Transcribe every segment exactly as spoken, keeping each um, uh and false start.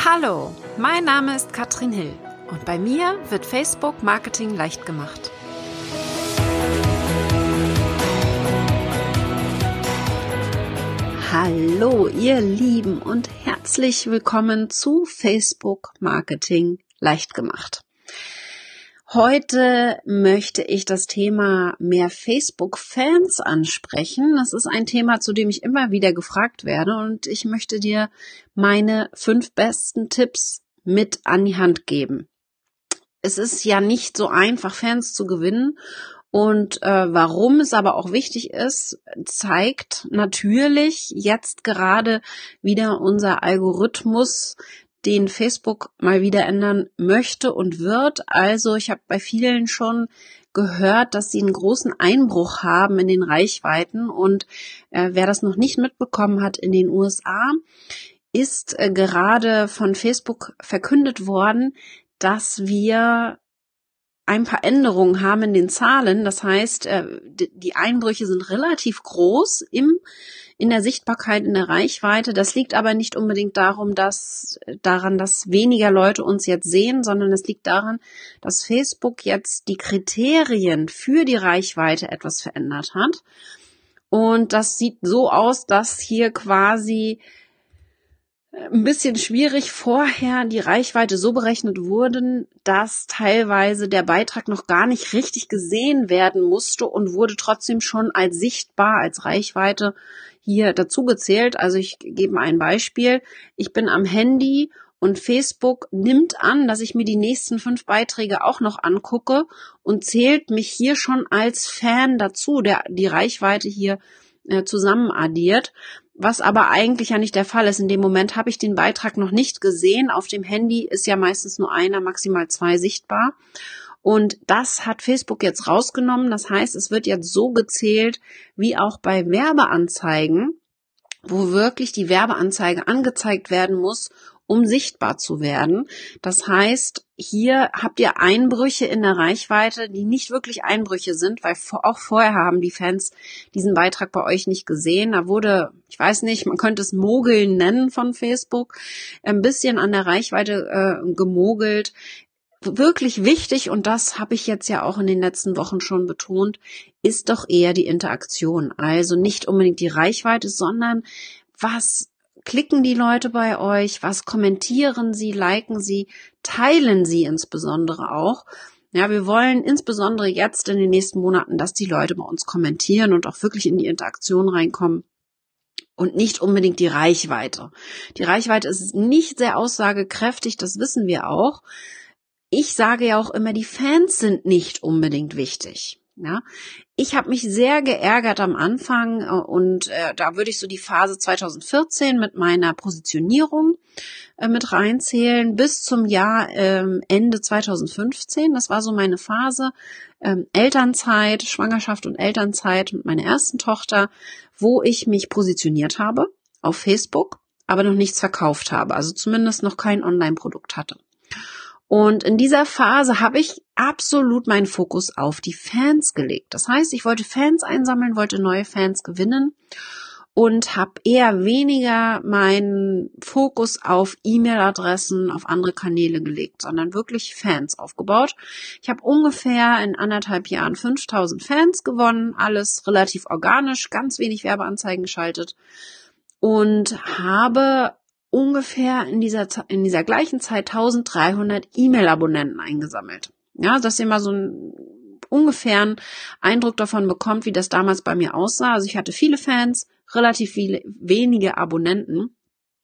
Hallo, mein Name ist Katrin Hill und bei mir wird Facebook Marketing leicht gemacht. Hallo ihr Lieben und herzlich willkommen zu Facebook Marketing leicht gemacht. Heute möchte ich das Thema mehr Facebook-Fans ansprechen. Das ist ein Thema, zu dem ich immer wieder gefragt werde und ich möchte dir meine fünf besten Tipps mit an die Hand geben. Es ist ja nicht so einfach, Fans zu gewinnen und äh, warum es aber auch wichtig ist, zeigt natürlich jetzt gerade wieder unser Algorithmus, den Facebook mal wieder ändern möchte und wird. Also ich habe bei vielen schon gehört, dass sie einen großen Einbruch haben in den Reichweiten und äh, wer das noch nicht mitbekommen hat, in den U S A ist äh, gerade von Facebook verkündet worden, dass wir ein paar Änderungen haben in den Zahlen. Das heißt, äh, die Einbrüche sind relativ groß im in der Sichtbarkeit, in der Reichweite. Das liegt aber nicht unbedingt darum, dass daran, dass weniger Leute uns jetzt sehen, sondern es liegt daran, dass Facebook jetzt die Kriterien für die Reichweite etwas verändert hat. Und das sieht so aus, dass hier quasi ein bisschen schwierig vorher die Reichweite so berechnet wurden, dass teilweise der Beitrag noch gar nicht richtig gesehen werden musste und wurde trotzdem schon als sichtbar, als Reichweite hier dazu gezählt. Also ich gebe mal ein Beispiel. Ich bin am Handy und Facebook nimmt an, dass ich mir die nächsten fünf Beiträge auch noch angucke und zählt mich hier schon als Fan dazu, der die Reichweite hier äh, zusammen addiert. Was aber eigentlich ja nicht der Fall ist. In dem Moment habe ich den Beitrag noch nicht gesehen. Auf dem Handy ist ja meistens nur einer, maximal zwei sichtbar. Und das hat Facebook jetzt rausgenommen. Das heißt, es wird jetzt so gezählt, wie auch bei Werbeanzeigen, wo wirklich die Werbeanzeige angezeigt werden muss, um sichtbar zu werden. Das heißt, hier habt ihr Einbrüche in der Reichweite, die nicht wirklich Einbrüche sind, weil auch vorher haben die Fans diesen Beitrag bei euch nicht gesehen. Da wurde, ich weiß nicht, man könnte es Mogeln nennen von Facebook, ein bisschen an der Reichweite äh, gemogelt. Wirklich wichtig, und das habe ich jetzt ja auch in den letzten Wochen schon betont, ist doch eher die Interaktion. Also nicht unbedingt die Reichweite, sondern was klicken die Leute bei euch, was kommentieren sie, liken sie, teilen sie insbesondere auch. Ja, wir wollen insbesondere jetzt in den nächsten Monaten, dass die Leute bei uns kommentieren und auch wirklich in die Interaktion reinkommen. Und nicht unbedingt die Reichweite. Die Reichweite ist nicht sehr aussagekräftig, das wissen wir auch. Ich sage ja auch immer, die Fans sind nicht unbedingt wichtig. Ja, ich habe mich sehr geärgert am Anfang und äh, da würde ich so die Phase zwanzig vierzehn mit meiner Positionierung äh, mit reinzählen bis zum Jahr ähm, Ende zwanzig fünfzehn. Das war so meine Phase, ähm, Elternzeit, Schwangerschaft und Elternzeit mit meiner ersten Tochter, wo ich mich positioniert habe auf Facebook, aber noch nichts verkauft habe, also zumindest noch kein Online-Produkt hatte. Und in dieser Phase habe ich absolut meinen Fokus auf die Fans gelegt. Das heißt, ich wollte Fans einsammeln, wollte neue Fans gewinnen und habe eher weniger meinen Fokus auf E-Mail-Adressen, auf andere Kanäle gelegt, sondern wirklich Fans aufgebaut. Ich habe ungefähr in anderthalb Jahren fünftausend Fans gewonnen, alles relativ organisch, ganz wenig Werbeanzeigen geschaltet und habe ungefähr in dieser in dieser gleichen Zeit dreizehnhundert E-Mail-Abonnenten eingesammelt. Ja, dass ihr mal so einen ungefähren Eindruck davon bekommt, wie das damals bei mir aussah. Also ich hatte viele Fans, relativ viele wenige Abonnenten,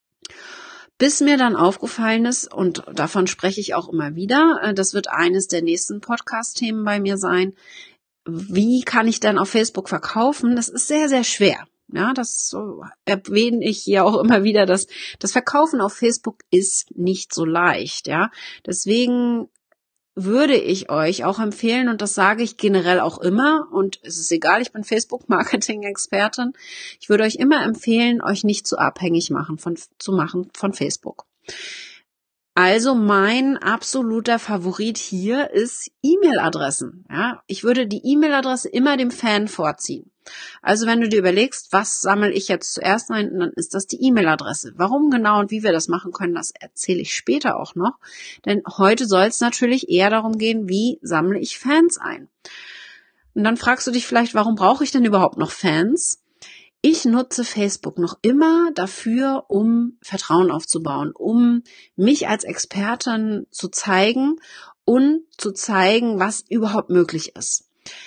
bis mir dann aufgefallen ist, und davon spreche ich auch immer wieder, das wird eines der nächsten Podcast-Themen bei mir sein, wie kann ich denn auf Facebook verkaufen? Das ist sehr, sehr schwer. Ja, das so erwähne ich hier auch immer wieder, dass das Verkaufen auf Facebook ist nicht so leicht, ja. Deswegen würde ich euch auch empfehlen, und das sage ich generell auch immer, und es ist egal, ich bin Facebook-Marketing-Expertin, ich würde euch immer empfehlen, euch nicht zu abhängig machen von, zu machen von Facebook. Also mein absoluter Favorit hier ist E-Mail-Adressen. Ja, ich würde die E-Mail-Adresse immer dem Fan vorziehen. Also wenn du dir überlegst, was sammle ich jetzt zuerst ein, dann ist das die E-Mail-Adresse. Warum genau und wie wir das machen können, das erzähle ich später auch noch. Denn heute soll es natürlich eher darum gehen, wie sammle ich Fans ein. Und dann fragst du dich vielleicht, warum brauche ich denn überhaupt noch Fans? Ich nutze Facebook noch immer dafür, um Vertrauen aufzubauen, um mich als Expertin zu zeigen und zu zeigen, was überhaupt möglich ist.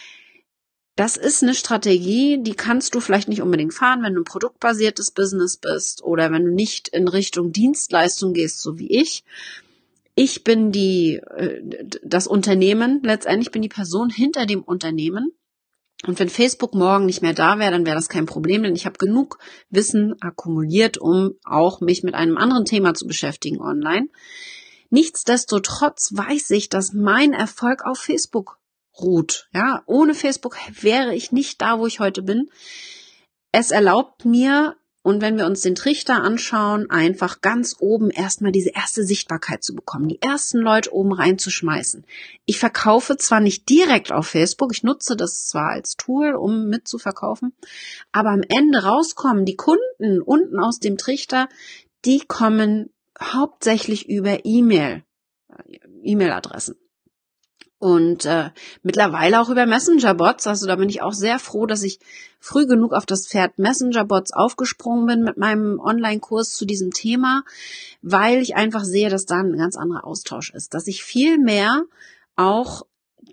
Das ist eine Strategie, die kannst du vielleicht nicht unbedingt fahren, wenn du ein produktbasiertes Business bist oder wenn du nicht in Richtung Dienstleistung gehst, so wie ich. Ich bin die, das Unternehmen, letztendlich bin die Person hinter dem Unternehmen. Und wenn Facebook morgen nicht mehr da wäre, dann wäre das kein Problem, denn ich habe genug Wissen akkumuliert, um auch mich mit einem anderen Thema zu beschäftigen online. Nichtsdestotrotz weiß ich, dass mein Erfolg auf Facebook ruht. Ja, ohne Facebook wäre ich nicht da, wo ich heute bin. Es erlaubt mir, und wenn wir uns den Trichter anschauen, einfach ganz oben erstmal diese erste Sichtbarkeit zu bekommen, die ersten Leute oben reinzuschmeißen. Ich verkaufe zwar nicht direkt auf Facebook, ich nutze das zwar als Tool, um mitzuverkaufen, aber am Ende rauskommen die Kunden unten aus dem Trichter, die kommen hauptsächlich über E-Mail, E-Mail-Adressen. Und äh, mittlerweile auch über Messenger-Bots. Also da bin ich auch sehr froh, dass ich früh genug auf das Pferd Messenger-Bots aufgesprungen bin mit meinem Online-Kurs zu diesem Thema, weil ich einfach sehe, dass da ein ganz anderer Austausch ist. Dass ich viel mehr auch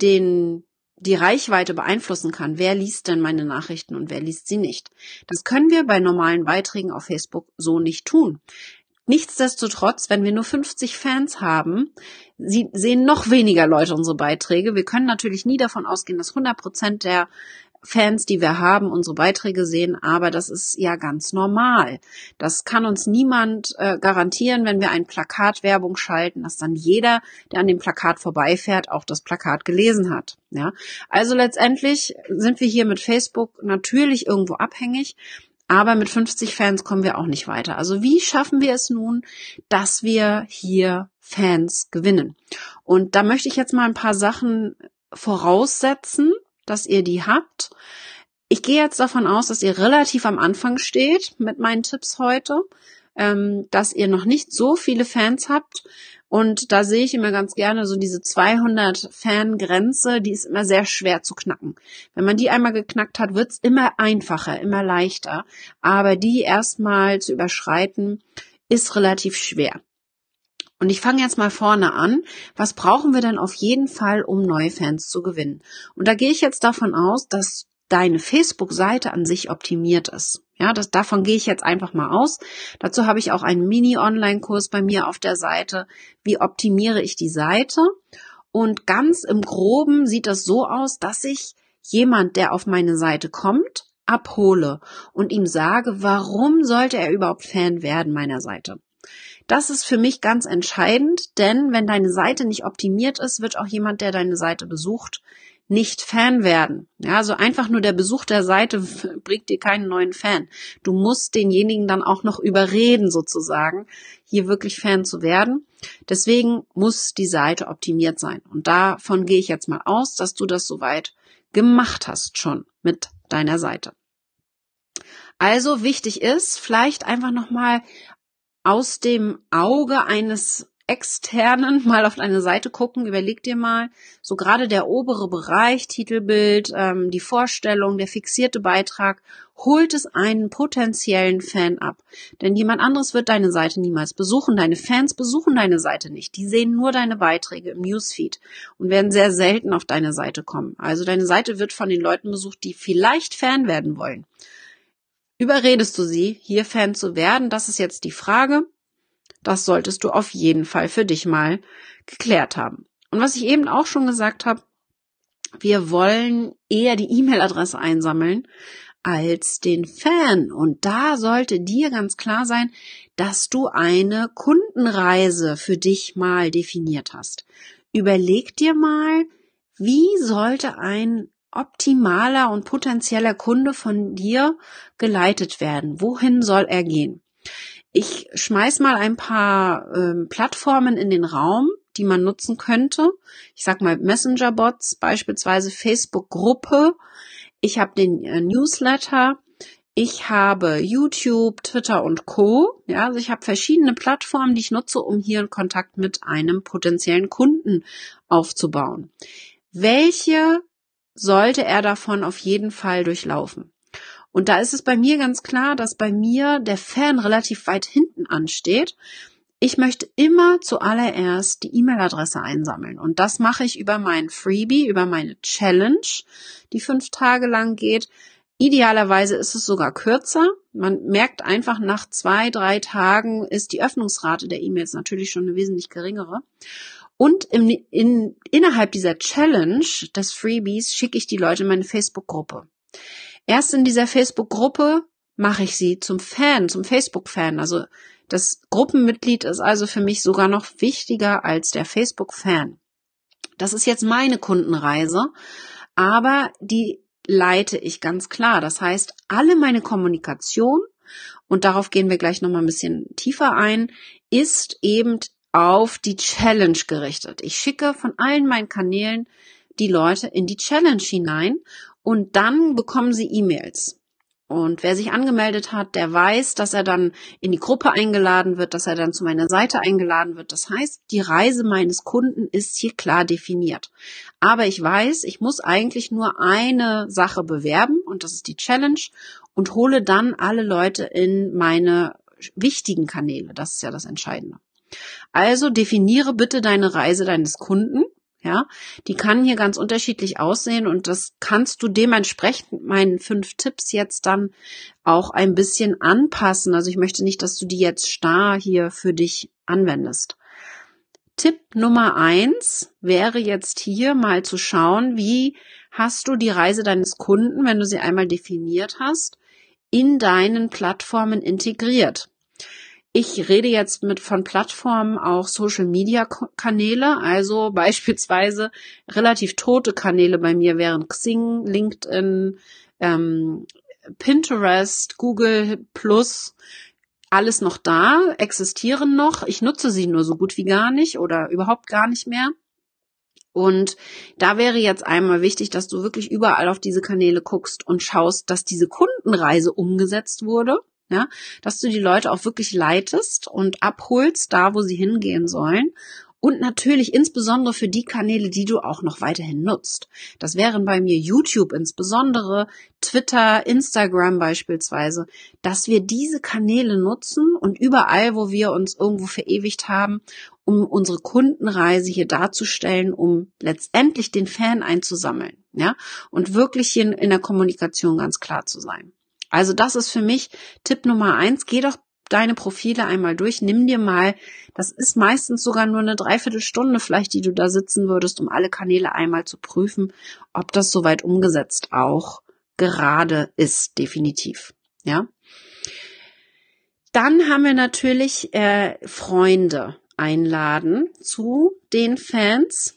den die Reichweite beeinflussen kann. Wer liest denn meine Nachrichten und wer liest sie nicht? Das können wir bei normalen Beiträgen auf Facebook so nicht tun. Nichtsdestotrotz, wenn wir nur fünfzig Fans haben, sie sehen noch weniger Leute unsere Beiträge. Wir können natürlich nie davon ausgehen, dass hundert Prozent der Fans, die wir haben, unsere Beiträge sehen, aber das ist ja ganz normal. Das kann uns niemand äh, garantieren, wenn wir ein Plakatwerbung schalten, dass dann jeder, der an dem Plakat vorbeifährt, auch das Plakat gelesen hat. Ja, also letztendlich sind wir hier mit Facebook natürlich irgendwo abhängig. Aber mit fünfzig Fans kommen wir auch nicht weiter. Also wie schaffen wir es nun, dass wir hier Fans gewinnen? Und da möchte ich jetzt mal ein paar Sachen voraussetzen, dass ihr die habt. Ich gehe jetzt davon aus, dass ihr relativ am Anfang steht mit meinen Tipps heute, ähm, dass ihr noch nicht so viele Fans habt. Und da sehe ich immer ganz gerne so diese zweihundert Fan-Grenze, die ist immer sehr schwer zu knacken. Wenn man die einmal geknackt hat, wird's immer einfacher, immer leichter. Aber die erstmal zu überschreiten, ist relativ schwer. Und ich fange jetzt mal vorne an. Was brauchen wir denn auf jeden Fall, um neue Fans zu gewinnen? Und da gehe ich jetzt davon aus, dass deine Facebook-Seite an sich optimiert ist. Ja, das, davon gehe ich jetzt einfach mal aus. Dazu habe ich auch einen Mini-Online-Kurs bei mir auf der Seite. Wie optimiere ich die Seite? Und ganz im Groben sieht das so aus, dass ich jemand, der auf meine Seite kommt, abhole und ihm sage, warum sollte er überhaupt Fan werden meiner Seite? Das ist für mich ganz entscheidend, denn wenn deine Seite nicht optimiert ist, wird auch jemand, der deine Seite besucht, nicht Fan werden. Ja, also einfach nur der Besuch der Seite bringt dir keinen neuen Fan. Du musst denjenigen dann auch noch überreden, sozusagen, hier wirklich Fan zu werden. Deswegen muss die Seite optimiert sein. Und davon gehe ich jetzt mal aus, dass du das soweit gemacht hast schon mit deiner Seite. Also wichtig ist, vielleicht einfach nochmal aus dem Auge eines Externen mal auf deine Seite gucken, überleg dir mal, so gerade der obere Bereich, Titelbild, ähm, die Vorstellung, der fixierte Beitrag, holt es einen potenziellen Fan ab. Denn jemand anderes wird deine Seite niemals besuchen, deine Fans besuchen deine Seite nicht, die sehen nur deine Beiträge im Newsfeed und werden sehr selten auf deine Seite kommen. Also deine Seite wird von den Leuten besucht, die vielleicht Fan werden wollen. Überredest du sie, hier Fan zu werden? Das ist jetzt die Frage. Das solltest du auf jeden Fall für dich mal geklärt haben. Und was ich eben auch schon gesagt habe, wir wollen eher die E-Mail-Adresse einsammeln als den Fan. Und da sollte dir ganz klar sein, dass du eine Kundenreise für dich mal definiert hast. Überleg dir mal, wie sollte ein optimaler und potenzieller Kunde von dir geleitet werden? Wohin soll er gehen? Ich schmeiß mal ein paar ähm, Plattformen in den Raum, die man nutzen könnte. Ich sag mal Messenger-Bots, beispielsweise Facebook-Gruppe. Ich habe den äh, Newsletter. Ich habe YouTube, Twitter und Co. Ja, also ich habe verschiedene Plattformen, die ich nutze, um hier einen Kontakt mit einem potenziellen Kunden aufzubauen. Welche sollte er davon auf jeden Fall durchlaufen? Und da ist es bei mir ganz klar, dass bei mir der Fan relativ weit hinten ansteht. Ich möchte immer zuallererst die E-Mail-Adresse einsammeln. Und das mache ich über mein Freebie, über meine Challenge, die fünf Tage lang geht. Idealerweise ist es sogar kürzer. Man merkt einfach, nach zwei, drei Tagen ist die Öffnungsrate der E-Mails natürlich schon eine wesentlich geringere. Und im, in, innerhalb dieser Challenge des Freebies schicke ich die Leute in meine Facebook-Gruppe. Erst in dieser Facebook-Gruppe mache ich sie zum Fan, zum Facebook-Fan. Also das Gruppenmitglied ist also für mich sogar noch wichtiger als der Facebook-Fan. Das ist jetzt meine Kundenreise, aber die leite ich ganz klar. Das heißt, alle meine Kommunikation, und darauf gehen wir gleich nochmal ein bisschen tiefer ein, ist eben auf die Challenge gerichtet. Ich schicke von allen meinen Kanälen die Leute in die Challenge hinein und dann bekommen sie E-Mails. Und wer sich angemeldet hat, der weiß, dass er dann in die Gruppe eingeladen wird, dass er dann zu meiner Seite eingeladen wird. Das heißt, die Reise meines Kunden ist hier klar definiert. Aber ich weiß, ich muss eigentlich nur eine Sache bewerben und das ist die Challenge und hole dann alle Leute in meine wichtigen Kanäle. Das ist ja das Entscheidende. Also definiere bitte deine Reise deines Kunden. Ja, die kann hier ganz unterschiedlich aussehen und das kannst du dementsprechend meinen fünf Tipps jetzt dann auch ein bisschen anpassen. Also ich möchte nicht, dass du die jetzt starr hier für dich anwendest. Tipp Nummer eins wäre jetzt hier mal zu schauen, wie hast du die Reise deines Kunden, wenn du sie einmal definiert hast, in deinen Plattformen integriert. Ich rede jetzt mit von Plattformen auch Social-Media-Kanäle, also beispielsweise relativ tote Kanäle bei mir wären Xing, LinkedIn, ähm, Pinterest, Google Plus, alles noch da, existieren noch. Ich nutze sie nur so gut wie gar nicht oder überhaupt gar nicht mehr. Und da wäre jetzt einmal wichtig, dass du wirklich überall auf diese Kanäle guckst und schaust, dass diese Kundenreise umgesetzt wurde. Ja, dass du die Leute auch wirklich leitest und abholst, da wo sie hingehen sollen. Und natürlich insbesondere für die Kanäle, die du auch noch weiterhin nutzt. Das wären bei mir YouTube insbesondere, Twitter, Instagram beispielsweise, dass wir diese Kanäle nutzen und überall, wo wir uns irgendwo verewigt haben, um unsere Kundenreise hier darzustellen, um letztendlich den Fan einzusammeln. Ja, und wirklich hier in der Kommunikation ganz klar zu sein. Also das ist für mich Tipp Nummer eins. Geh doch deine Profile einmal durch. Nimm dir mal, das ist meistens sogar nur eine Dreiviertelstunde vielleicht, die du da sitzen würdest, um alle Kanäle einmal zu prüfen, ob das soweit umgesetzt auch gerade ist, definitiv. Ja. Dann haben wir natürlich äh, Freunde einladen zu den Fans.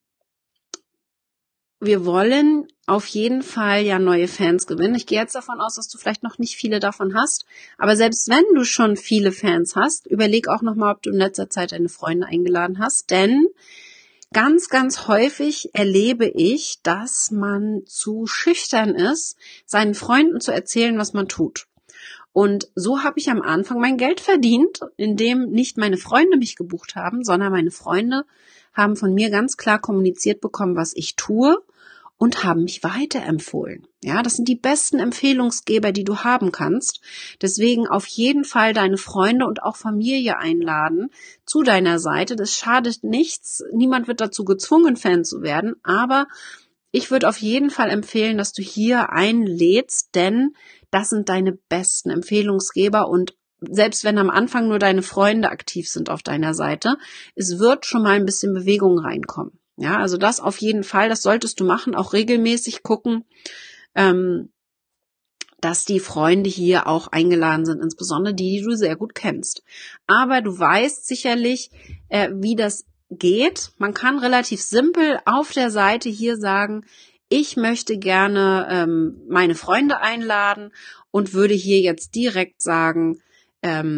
Wir wollen auf jeden Fall ja neue Fans gewinnen. Ich gehe jetzt davon aus, dass du vielleicht noch nicht viele davon hast. Aber selbst wenn du schon viele Fans hast, überleg auch nochmal, ob du in letzter Zeit deine Freunde eingeladen hast. Denn ganz, ganz häufig erlebe ich, dass man zu schüchtern ist, seinen Freunden zu erzählen, was man tut. Und so habe ich am Anfang mein Geld verdient, indem nicht meine Freunde mich gebucht haben, sondern meine Freunde haben von mir ganz klar kommuniziert bekommen, was ich tue und haben mich weiterempfohlen. Ja, das sind die besten Empfehlungsgeber, die du haben kannst. Deswegen auf jeden Fall deine Freunde und auch Familie einladen zu deiner Seite. Das schadet nichts. Niemand wird dazu gezwungen, Fan zu werden. Aber ich würde auf jeden Fall empfehlen, dass du hier einlädst, denn das sind deine besten Empfehlungsgeber und selbst wenn am Anfang nur deine Freunde aktiv sind auf deiner Seite, es wird schon mal ein bisschen Bewegung reinkommen. Ja, also das auf jeden Fall, das solltest du machen, auch regelmäßig gucken, ähm, dass die Freunde hier auch eingeladen sind, insbesondere die, die du sehr gut kennst. Aber du weißt sicherlich, äh, wie das geht. Man kann relativ simpel auf der Seite hier sagen, ich möchte gerne ähm, meine Freunde einladen und würde hier jetzt direkt sagen, ähm,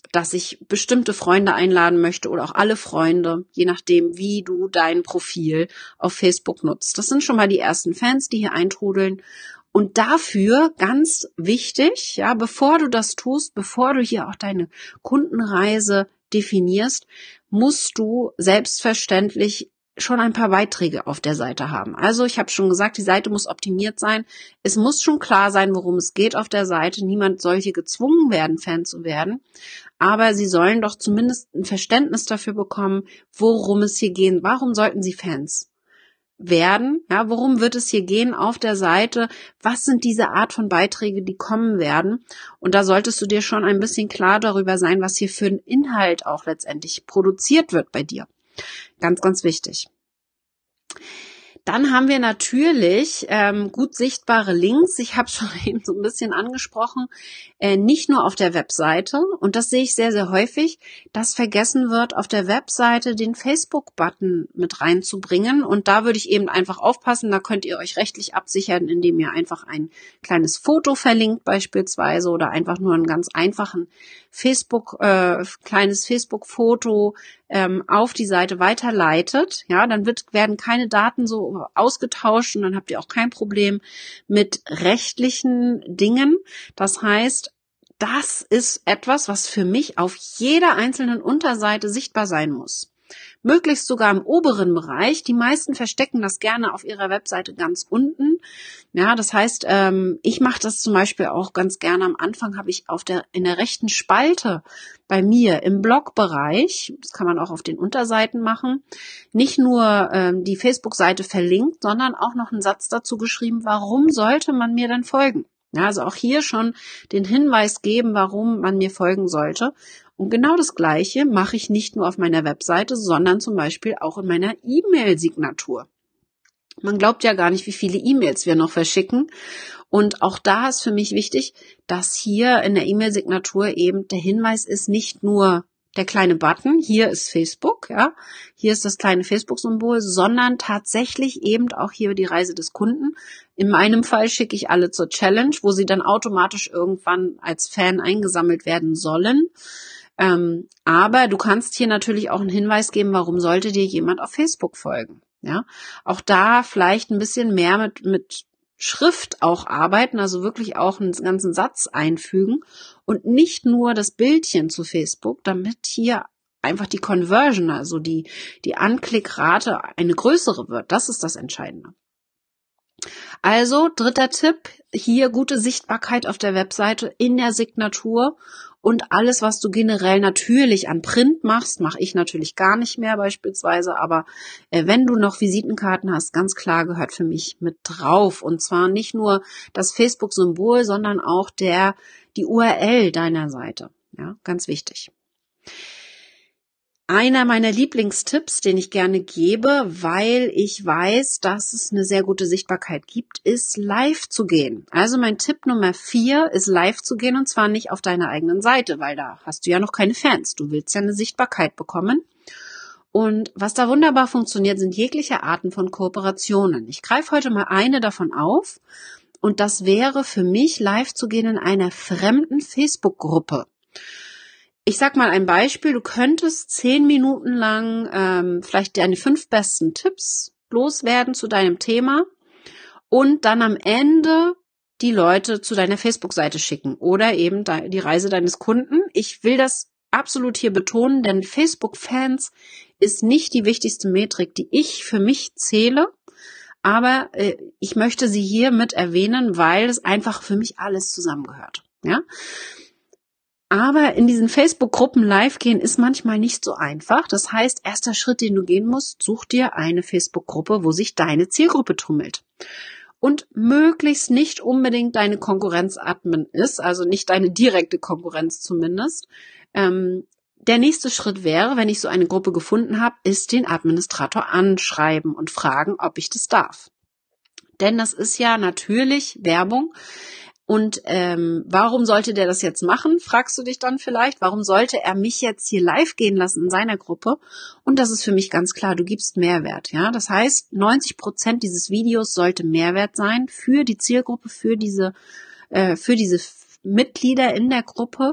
dass ich bestimmte Freunde einladen möchte oder auch alle Freunde, je nachdem, wie du dein Profil auf Facebook nutzt. Das sind schon mal die ersten Fans, die hier eintrudeln. Und dafür ganz wichtig, ja, bevor du das tust, bevor du hier auch deine Kundenreise definierst, musst du selbstverständlich schon ein paar Beiträge auf der Seite haben. Also ich habe schon gesagt, die Seite muss optimiert sein. Es muss schon klar sein, worum es geht auf der Seite. Niemand soll hier gezwungen werden, Fan zu werden. Aber sie sollen doch zumindest ein Verständnis dafür bekommen, worum es hier geht. Warum sollten sie Fans werden? Ja, worum wird es hier gehen auf der Seite? Was sind diese Art von Beiträge, die kommen werden? Und da solltest du dir schon ein bisschen klar darüber sein, was hier für ein Inhalt auch letztendlich produziert wird bei dir. Ganz, ganz wichtig. Dann haben wir natürlich ähm, gut sichtbare Links. Ich habe schon eben so ein bisschen angesprochen, äh, nicht nur auf der Webseite. Und das sehe ich sehr, sehr häufig, dass vergessen wird, auf der Webseite den Facebook-Button mit reinzubringen. Und da würde ich eben einfach aufpassen. Da könnt ihr euch rechtlich absichern, indem ihr einfach ein kleines Foto verlinkt beispielsweise oder einfach nur einen ganz einfachen Facebook, äh, kleines Facebook-Foto ähm, auf die Seite weiterleitet. Ja, dann wird, werden keine Daten so ausgetauscht und dann habt ihr auch kein Problem mit rechtlichen Dingen. Das heißt, das ist etwas, was für mich auf jeder einzelnen Unterseite sichtbar sein muss. Möglichst sogar im oberen Bereich. Die meisten verstecken das gerne auf ihrer Webseite ganz unten. Ja, das heißt, ähm, ich mache das zum Beispiel auch ganz gerne. Am Anfang habe ich auf der in der rechten Spalte bei mir im Blogbereich, das kann man auch auf den Unterseiten machen, nicht nur ähm, die Facebook-Seite verlinkt, sondern auch noch einen Satz dazu geschrieben, warum sollte man mir denn folgen? Ja, also auch hier schon den Hinweis geben, warum man mir folgen sollte. Und genau das Gleiche mache ich nicht nur auf meiner Webseite, sondern zum Beispiel auch in meiner E-Mail-Signatur. Man glaubt ja gar nicht, wie viele E-Mails wir noch verschicken. Und auch da ist für mich wichtig, dass hier in der E-Mail-Signatur eben der Hinweis ist, nicht nur der kleine Button, hier ist Facebook, ja, hier ist das kleine Facebook-Symbol, sondern tatsächlich eben auch hier die Reise des Kunden. In meinem Fall schicke ich alle zur Challenge, wo sie dann automatisch irgendwann als Fan eingesammelt werden sollen. Ähm, aber du kannst hier natürlich auch einen Hinweis geben, warum sollte dir jemand auf Facebook folgen. Ja, auch da vielleicht ein bisschen mehr mit, mit Schrift auch arbeiten, also wirklich auch einen ganzen Satz einfügen und nicht nur das Bildchen zu Facebook, damit hier einfach die Conversion, also die, die Anklickrate eine größere wird. Das ist das Entscheidende. Also, dritter Tipp, hier gute Sichtbarkeit auf der Webseite in der Signatur und alles, was du generell natürlich an Print machst, mache ich natürlich gar nicht mehr beispielsweise, aber äh, wenn du noch Visitenkarten hast, ganz klar gehört für mich mit drauf und zwar nicht nur das Facebook-Symbol, sondern auch der, die U R L deiner Seite. Ja, ganz wichtig. Einer meiner Lieblingstipps, den ich gerne gebe, weil ich weiß, dass es eine sehr gute Sichtbarkeit gibt, ist live zu gehen. Also mein Tipp Nummer vier ist live zu gehen und zwar nicht auf deiner eigenen Seite, weil da hast du ja noch keine Fans. Du willst ja eine Sichtbarkeit bekommen. Und was da wunderbar funktioniert, sind jegliche Arten von Kooperationen. Ich greife heute mal eine davon auf und das wäre für mich live zu gehen in einer fremden Facebook-Gruppe. Ich sag mal ein Beispiel, du könntest zehn Minuten lang ähm, vielleicht deine fünf besten Tipps loswerden zu deinem Thema und dann am Ende die Leute zu deiner Facebook-Seite schicken oder eben die Reise deines Kunden. Ich will das absolut hier betonen, denn Facebook-Fans ist nicht die wichtigste Metrik, die ich für mich zähle, aber äh, ich möchte sie hier mit erwähnen, weil es einfach für mich alles zusammengehört. Ja. Aber in diesen Facebook-Gruppen live gehen ist manchmal nicht so einfach. Das heißt, erster Schritt, den du gehen musst, such dir eine Facebook-Gruppe, wo sich deine Zielgruppe tummelt. Und möglichst nicht unbedingt deine Konkurrenz-Admin ist, also nicht deine direkte Konkurrenz zumindest. Ähm, der nächste Schritt wäre, wenn ich so eine Gruppe gefunden habe, ist den Administrator anschreiben und fragen, ob ich das darf. Denn das ist ja natürlich Werbung. Und ähm, warum sollte der das jetzt machen, fragst du dich dann vielleicht. Warum sollte er mich jetzt hier live gehen lassen in seiner Gruppe? Und das ist für mich ganz klar, du gibst Mehrwert. Ja, das heißt, neunzig Prozent dieses Videos sollte Mehrwert sein für die Zielgruppe, für diese, äh, für diese Mitglieder in der Gruppe.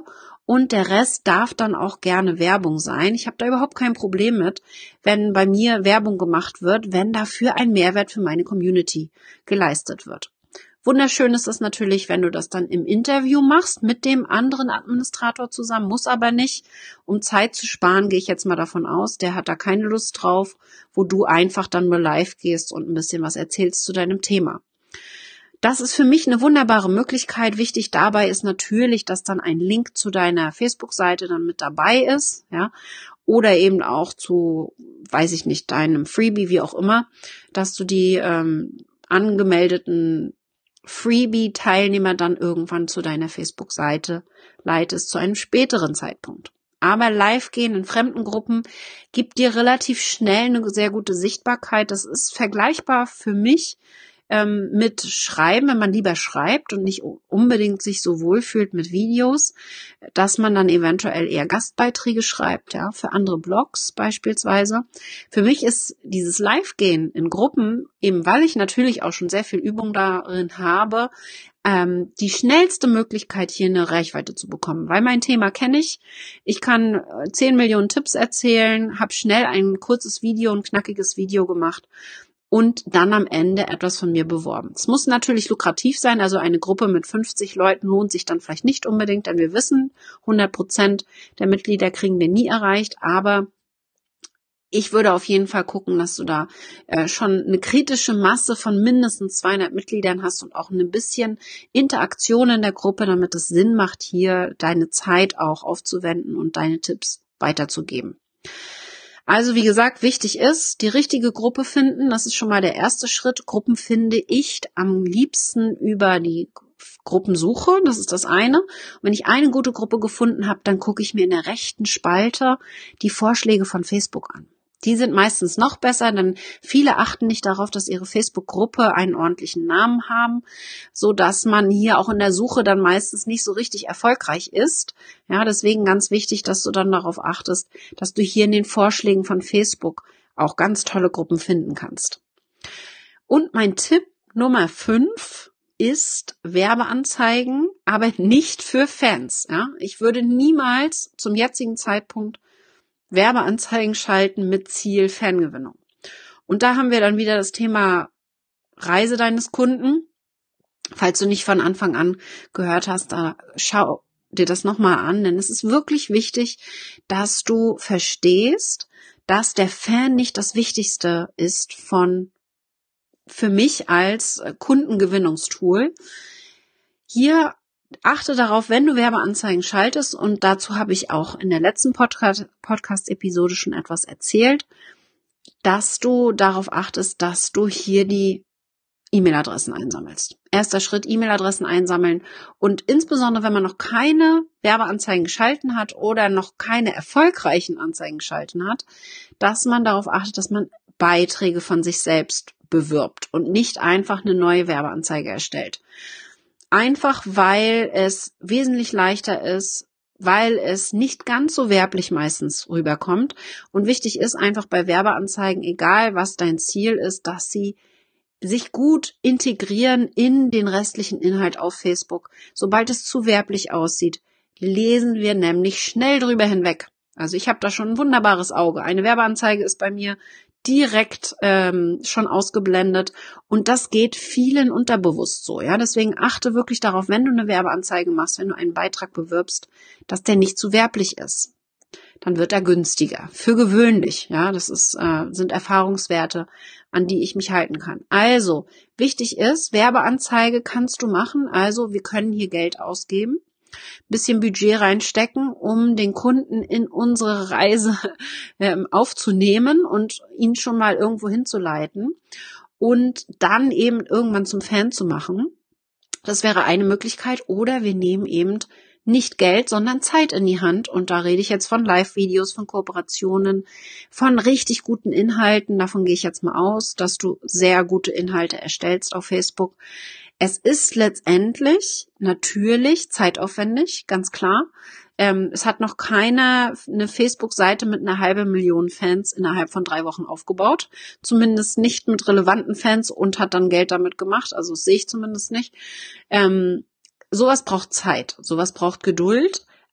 Und der Rest darf dann auch gerne Werbung sein. Ich habe da überhaupt kein Problem mit, wenn bei mir Werbung gemacht wird, wenn dafür ein Mehrwert für meine Community geleistet wird. Wunderschön ist es natürlich, wenn du das dann im Interview machst mit dem anderen Administrator zusammen, muss aber nicht. Um Zeit zu sparen, gehe ich jetzt mal davon aus, der hat da keine Lust drauf, wo du einfach dann mal live gehst und ein bisschen was erzählst zu deinem Thema. Das ist für mich eine wunderbare Möglichkeit. Wichtig dabei ist natürlich, dass dann ein Link zu deiner Facebook-Seite dann mit dabei ist, ja, oder eben auch zu, weiß ich nicht, deinem Freebie, wie auch immer, dass du die ähm, angemeldeten Freebie-Teilnehmer dann irgendwann zu deiner Facebook-Seite leitest, zu einem späteren Zeitpunkt. Aber live gehen in fremden Gruppen gibt dir relativ schnell eine sehr gute Sichtbarkeit. Das ist vergleichbar für mich ähm, mit Schreiben, wenn man lieber schreibt und nicht unbedingt sich so wohlfühlt mit Videos, dass man dann eventuell eher Gastbeiträge schreibt, ja, für andere Blogs beispielsweise. Für mich ist dieses Live-Gehen in Gruppen, eben weil ich natürlich auch schon sehr viel Übung darin habe, ähm, die schnellste Möglichkeit, hier eine Reichweite zu bekommen. Weil mein Thema kenne ich. Ich kann zehn Millionen Tipps erzählen, habe schnell ein kurzes Video, ein knackiges Video gemacht und dann am Ende etwas von mir beworben. Es muss natürlich lukrativ sein, also eine Gruppe mit fünfzig Leuten lohnt sich dann vielleicht nicht unbedingt, denn wir wissen, hundert Prozent der Mitglieder kriegen wir nie erreicht, aber ich würde auf jeden Fall gucken, dass du da äh, schon eine kritische Masse von mindestens zweihundert Mitgliedern hast und auch ein bisschen Interaktion in der Gruppe, damit es Sinn macht, hier deine Zeit auch aufzuwenden und deine Tipps weiterzugeben. Also wie gesagt, wichtig ist, die richtige Gruppe finden. Das ist schon mal der erste Schritt. Gruppen finde ich am liebsten über die Gruppensuche. Das ist das eine. Und wenn ich eine gute Gruppe gefunden habe, dann gucke ich mir in der rechten Spalte die Vorschläge von Facebook an. Die sind meistens noch besser, denn viele achten nicht darauf, dass ihre Facebook-Gruppe einen ordentlichen Namen haben, so dass man hier auch in der Suche dann meistens nicht so richtig erfolgreich ist. Ja, deswegen ganz wichtig, dass du dann darauf achtest, dass du hier in den Vorschlägen von Facebook auch ganz tolle Gruppen finden kannst. Und mein Tipp Nummer fünf ist Werbeanzeigen, aber nicht für Fans. Ja, ich würde niemals zum jetzigen Zeitpunkt Werbeanzeigen schalten mit Ziel Fangewinnung. Und da haben wir dann wieder das Thema Reise deines Kunden. Falls du nicht von Anfang an gehört hast, da schau dir das nochmal an, denn es ist wirklich wichtig, dass du verstehst, dass der Fan nicht das Wichtigste ist von für mich als Kundengewinnungstool. Hier achte darauf, wenn du Werbeanzeigen schaltest, und dazu habe ich auch in der letzten Podcast, Podcast-Episode schon etwas erzählt, dass du darauf achtest, dass du hier die E-Mail-Adressen einsammelst. Erster Schritt, E-Mail-Adressen einsammeln, und insbesondere, wenn man noch keine Werbeanzeigen geschalten hat oder noch keine erfolgreichen Anzeigen geschalten hat, dass man darauf achtet, dass man Beiträge von sich selbst bewirbt und nicht einfach eine neue Werbeanzeige erstellt. Einfach, weil es wesentlich leichter ist, weil es nicht ganz so werblich meistens rüberkommt. Und wichtig ist einfach bei Werbeanzeigen, egal was dein Ziel ist, dass sie sich gut integrieren in den restlichen Inhalt auf Facebook. Sobald es zu werblich aussieht, lesen wir nämlich schnell drüber hinweg. Also ich habe da schon ein wunderbares Auge. Eine Werbeanzeige ist bei mir direkt ähm, schon ausgeblendet, und das geht vielen unterbewusst so. Ja, deswegen achte wirklich darauf, wenn du eine Werbeanzeige machst, wenn du einen Beitrag bewirbst, dass der nicht zu werblich ist. Dann wird er günstiger. Für gewöhnlich. Ja, das ist äh, sind Erfahrungswerte, an die ich mich halten kann. Also wichtig ist, Werbeanzeige kannst du machen. Also wir können hier Geld ausgeben, bisschen Budget reinstecken, um den Kunden in unsere Reise ähm, aufzunehmen und ihn schon mal irgendwo hinzuleiten und dann eben irgendwann zum Fan zu machen. Das wäre eine Möglichkeit. Oder wir nehmen eben nicht Geld, sondern Zeit in die Hand. Und da rede ich jetzt von Live-Videos, von Kooperationen, von richtig guten Inhalten. Davon gehe ich jetzt mal aus, dass du sehr gute Inhalte erstellst auf Facebook. Es ist letztendlich natürlich zeitaufwendig, ganz klar. Ähm, es hat noch keiner eine Facebook-Seite mit einer halben Million Fans innerhalb von drei Wochen aufgebaut. Zumindest nicht mit relevanten Fans, und hat dann Geld damit gemacht. Also das sehe ich zumindest nicht. Ähm, sowas braucht Zeit, sowas braucht Geduld.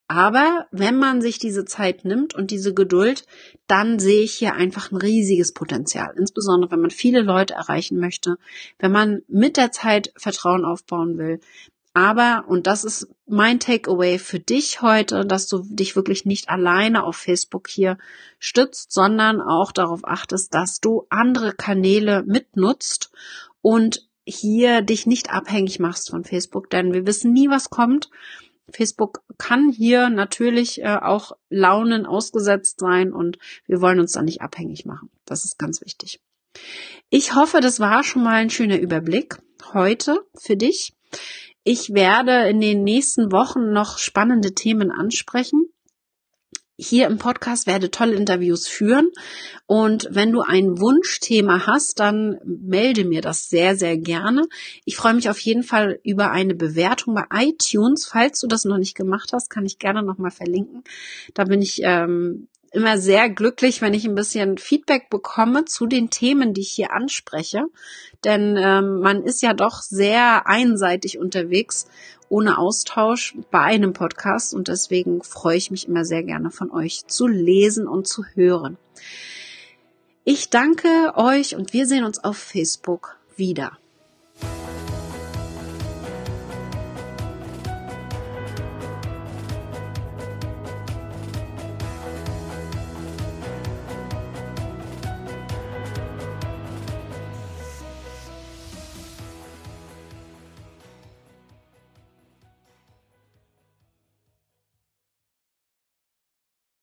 Aber wenn man sich diese Zeit nimmt und diese Geduld, dann sehe ich hier einfach ein riesiges Potenzial. Insbesondere, wenn man viele Leute erreichen möchte, wenn man mit der Zeit Vertrauen aufbauen will. Aber, und das ist mein Takeaway für dich heute, dass du dich wirklich nicht alleine auf Facebook hier stützt, sondern auch darauf achtest, dass du andere Kanäle mitnutzt und hier dich nicht abhängig machst von Facebook, denn wir wissen nie, was kommt. Facebook kann hier natürlich äh, auch Launen ausgesetzt sein und wir wollen uns da nicht abhängig machen. Das ist ganz wichtig. Ich hoffe, das war schon mal ein schöner Überblick heute für dich. Ich werde in den nächsten Wochen noch spannende Themen ansprechen. Hier im Podcast werde tolle Interviews führen und wenn du ein Wunschthema hast, dann melde mir das sehr, sehr gerne. Ich freue mich auf jeden Fall über eine Bewertung bei iTunes. Falls du das noch nicht gemacht hast, kann ich gerne nochmal verlinken. Da bin ich ähm, immer sehr glücklich, wenn ich ein bisschen Feedback bekomme zu den Themen, die ich hier anspreche. Denn ähm, man ist ja doch sehr einseitig unterwegs, ohne Austausch bei einem Podcast. Und deswegen freue ich mich immer sehr gerne von euch zu lesen und zu hören. Ich danke euch und wir sehen uns auf Facebook wieder.